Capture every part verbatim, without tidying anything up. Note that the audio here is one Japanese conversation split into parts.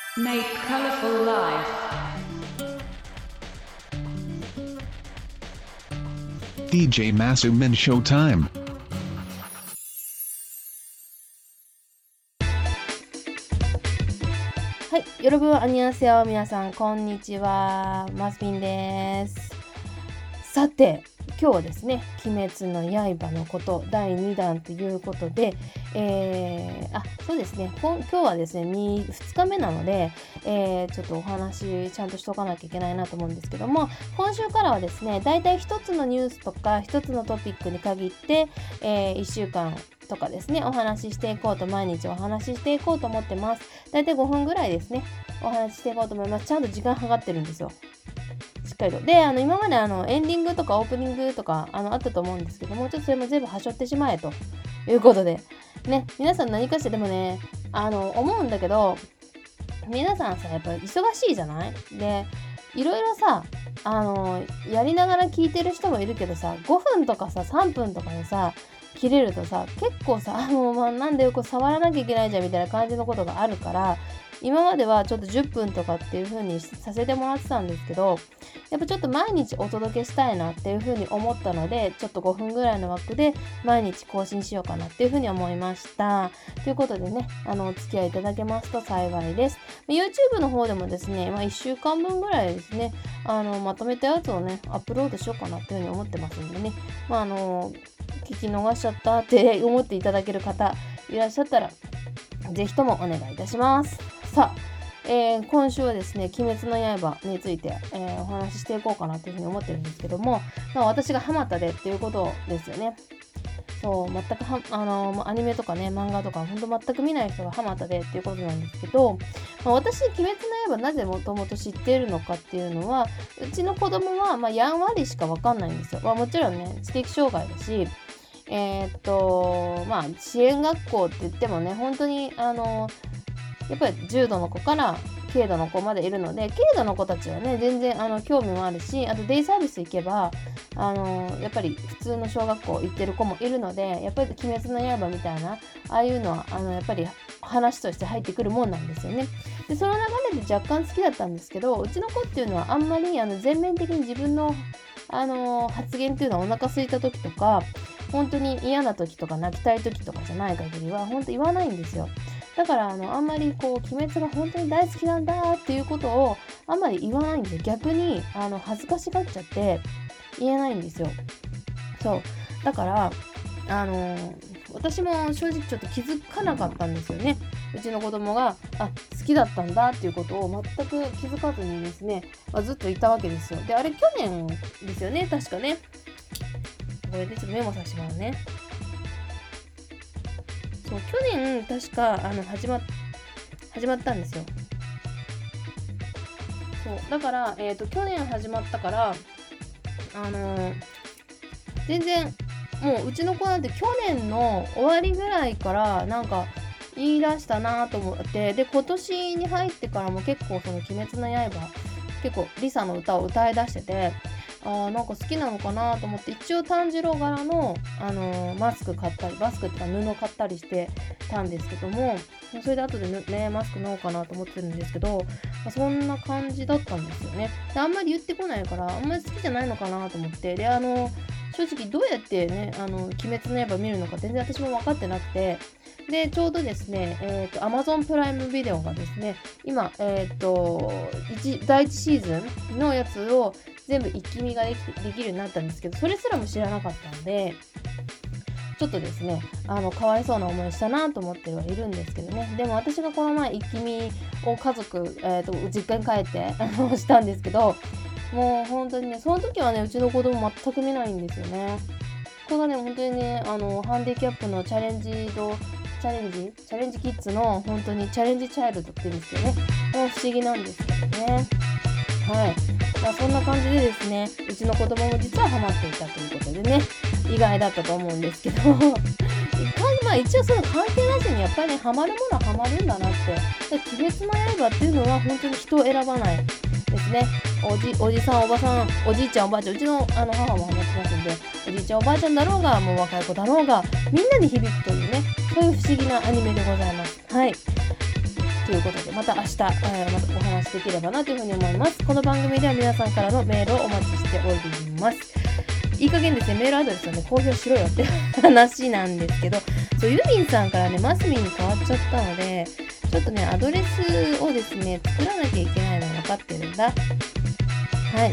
Make colorful life. ディージェー Masumin Showtime. はい、よろぶんあにゃせよ、皆さんこんにちは、マスミンです。さて、今日はですね、鬼滅の刃のことだいにだんということで、えー、あ、そうですね、今日はですね、にふつかめなので、えー、ちょっとお話ちゃんとしとかなきゃいけないなと思うんですけども、今週からはですね、だいたい一つのニュースとか一つのトピックに限って、えー、いっしゅうかんとかですね、お話ししていこうと、毎日お話ししていこうと思ってます。だいたいごふんぐらいですね、お話ししていこうと思います。ちゃんと時間計ってるんですよ。しっかりと。で、あの、今まであの、エンディングとかオープニングとか、あの、あったと思うんですけども、ちょっとそれも全部はしょってしまえということで。ね、皆さん何かしてでもね、あの、思うんだけど、皆さんさ、やっぱ忙しいじゃない？で、いろいろさ、あの、やりながら聞いてる人もいるけどさ、ごふんとかさ、さんぷんとかでさ、切れるとさ、結構さ、もう、まあ、なんでよく触らなきゃいけないじゃんみたいな感じのことがあるから、今まではちょっとじゅっぷんとかっていう風にさせてもらってたんですけど、やっぱちょっと毎日お届けしたいなっていう風に思ったので、ちょっとごふんぐらいの枠で毎日更新しようかなっていう風に思いました。ということでね、あの、お付き合いいただけますと幸いです。YouTube の方でもですね、まあ、いっしゅうかんぶんぐらいですね、あの、まとめたやつをね、アップロードしようかなっていう風に思ってますんでね、まあ、あの、聞き逃しちゃったって思っていただける方いらっしゃったら、ぜひともお願いいたします。さあ、えー、今週はですね、鬼滅の刃について、えー、お話ししていこうかなというふうに思ってるんですけども、まあ、私がハマったでっていうことですよね。そう、全くは、あのー、アニメとかね、漫画とか、ほんと全く見ない人がハマったでっていうことなんですけど、まあ、私、鬼滅の刃なぜもともと知っているのかっていうのは、うちの子供は、まあ、やんわりしかわかんないんですよ。まあ、もちろんね、知的障害だし、えー、っと、まあ、支援学校って言ってもね、本当に、あのー、やっぱり重度の子から軽度の子までいるので、軽度の子たちはね、全然あの興味もあるし、あとデイサービス行けば、あのやっぱり普通の小学校行ってる子もいるので、やっぱり鬼滅の刃みたいな、ああいうのは、あのやっぱり話として入ってくるもんなんですよね。で、その流れで若干好きだったんですけど、うちの子っていうのはあんまりあの全面的に自分の、あの発言っていうのはお腹空いた時とか、本当に嫌な時とか泣きたい時とかじゃない限りは、本当言わないんですよ。だからあのあんまりこう鬼滅が本当に大好きなんだっていうことをあんまり言わないんですよ。逆にあの恥ずかしがっちゃって言えないんですよ。そうだからあのー、私も正直ちょっと気づかなかったんですよね。うちの子供があ好きだったんだっていうことを全く気づかずにですね、まあ、ずっといたわけですよ。であれ去年ですよね、確かね。これでちょっとメモさせてもらうね。そう去年確かあの始ま始まったんですよ。そうだから、えーと、去年始まったからあのー、全然もううちの子なんて去年の終わりぐらいからなんか言い出したなと思って、で今年に入ってからも結構その鬼滅の刃結構リサの歌を歌い出してて、あーなんか好きなのかなと思って、一応炭治郎柄の、あのー、マスク買ったり、マスクっていうか布買ったりしてたんですけども、それで後でねマスク縫おうかなと思ってるんですけど、まあ、そんな感じだったんですよね。であんまり言ってこないからあんまり好きじゃないのかなと思って、であの正直どうやってねあの鬼滅の刃見るのか全然私も分かってなくて、でちょうどですね、えーと、Amazon プライムビデオがですね今、えーと、だいいちシーズンのやつを全部一気見ができ、できるようになったんですけど、それすらも知らなかったので、ちょっとですね、あのかわいそうな思いしたなと思ってはいるんですけどね。でも私がこの前一気見を家族、えーと、実家に帰ってしたんですけど、もう本当にね、その時はね、うちの子供全く見ないんですよね。これがね、本当にね、あのハンディキャップのチャレンジドチャレンジチャレンジキッズの本当にチャレンジチャイルドって言うんですけどね、もう不思議なんですけどね。はい。まあ、そんな感じでですね、うちの子供も実はハマっていたということでね、意外だったと思うんですけどまあ一応その関係なしにやっぱりね、ハマるものはハマるんだなって。で鬼滅の刃っていうのは本当に人を選ばないですね。おじ、おじさん、おばさん、おじいちゃん、おばあちゃん、うちのあの母もハマってますんで、おじいちゃん、おばあちゃんだろうが、もう若い子だろうが、みんなに響くというね、そういう不思議なアニメでございます。はい。 ということで、また明日、えー、またお話しできればなというふうに思います。この番組では皆さんからのメールをお待ちしております。いい加減ですね、メールアドレスをね、公表しろよって話なんですけど、そう、ユミンさんからね、マスミンに変わっちゃったので、ちょっとね、アドレスをですね、作らなきゃいけないのが分かってるんだ。はい。え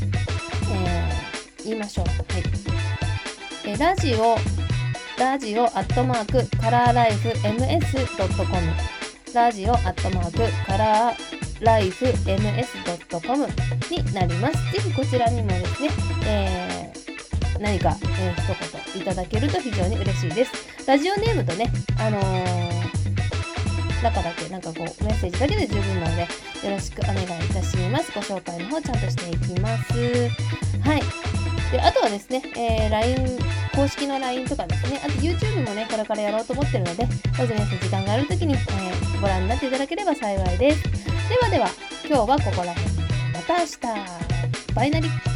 ー、言いましょう。はい。えー、ラジオ、ラジオアットマークカラーライフ エムエスドットコム ラジオアットマークカラーライフ エムエスドットコム になります。ぜひこちらにもですね、えー、何か、えー、一言いただけると非常に嬉しいです。ラジオネームとね、あのー、中だけなんかこうメッセージだけで十分なのでよろしくお願いいたします。ご紹介の方ちゃんとしていきます。はい。で、あとはですね、えー、ライン公式の ライン とかですね、あと YouTube もね、これからやろうと思ってるので、どうぞ皆さん時間があるときに、えー、ご覧になっていただければ幸いです。ではでは、今日はここら辺で。また明日。バイナリ。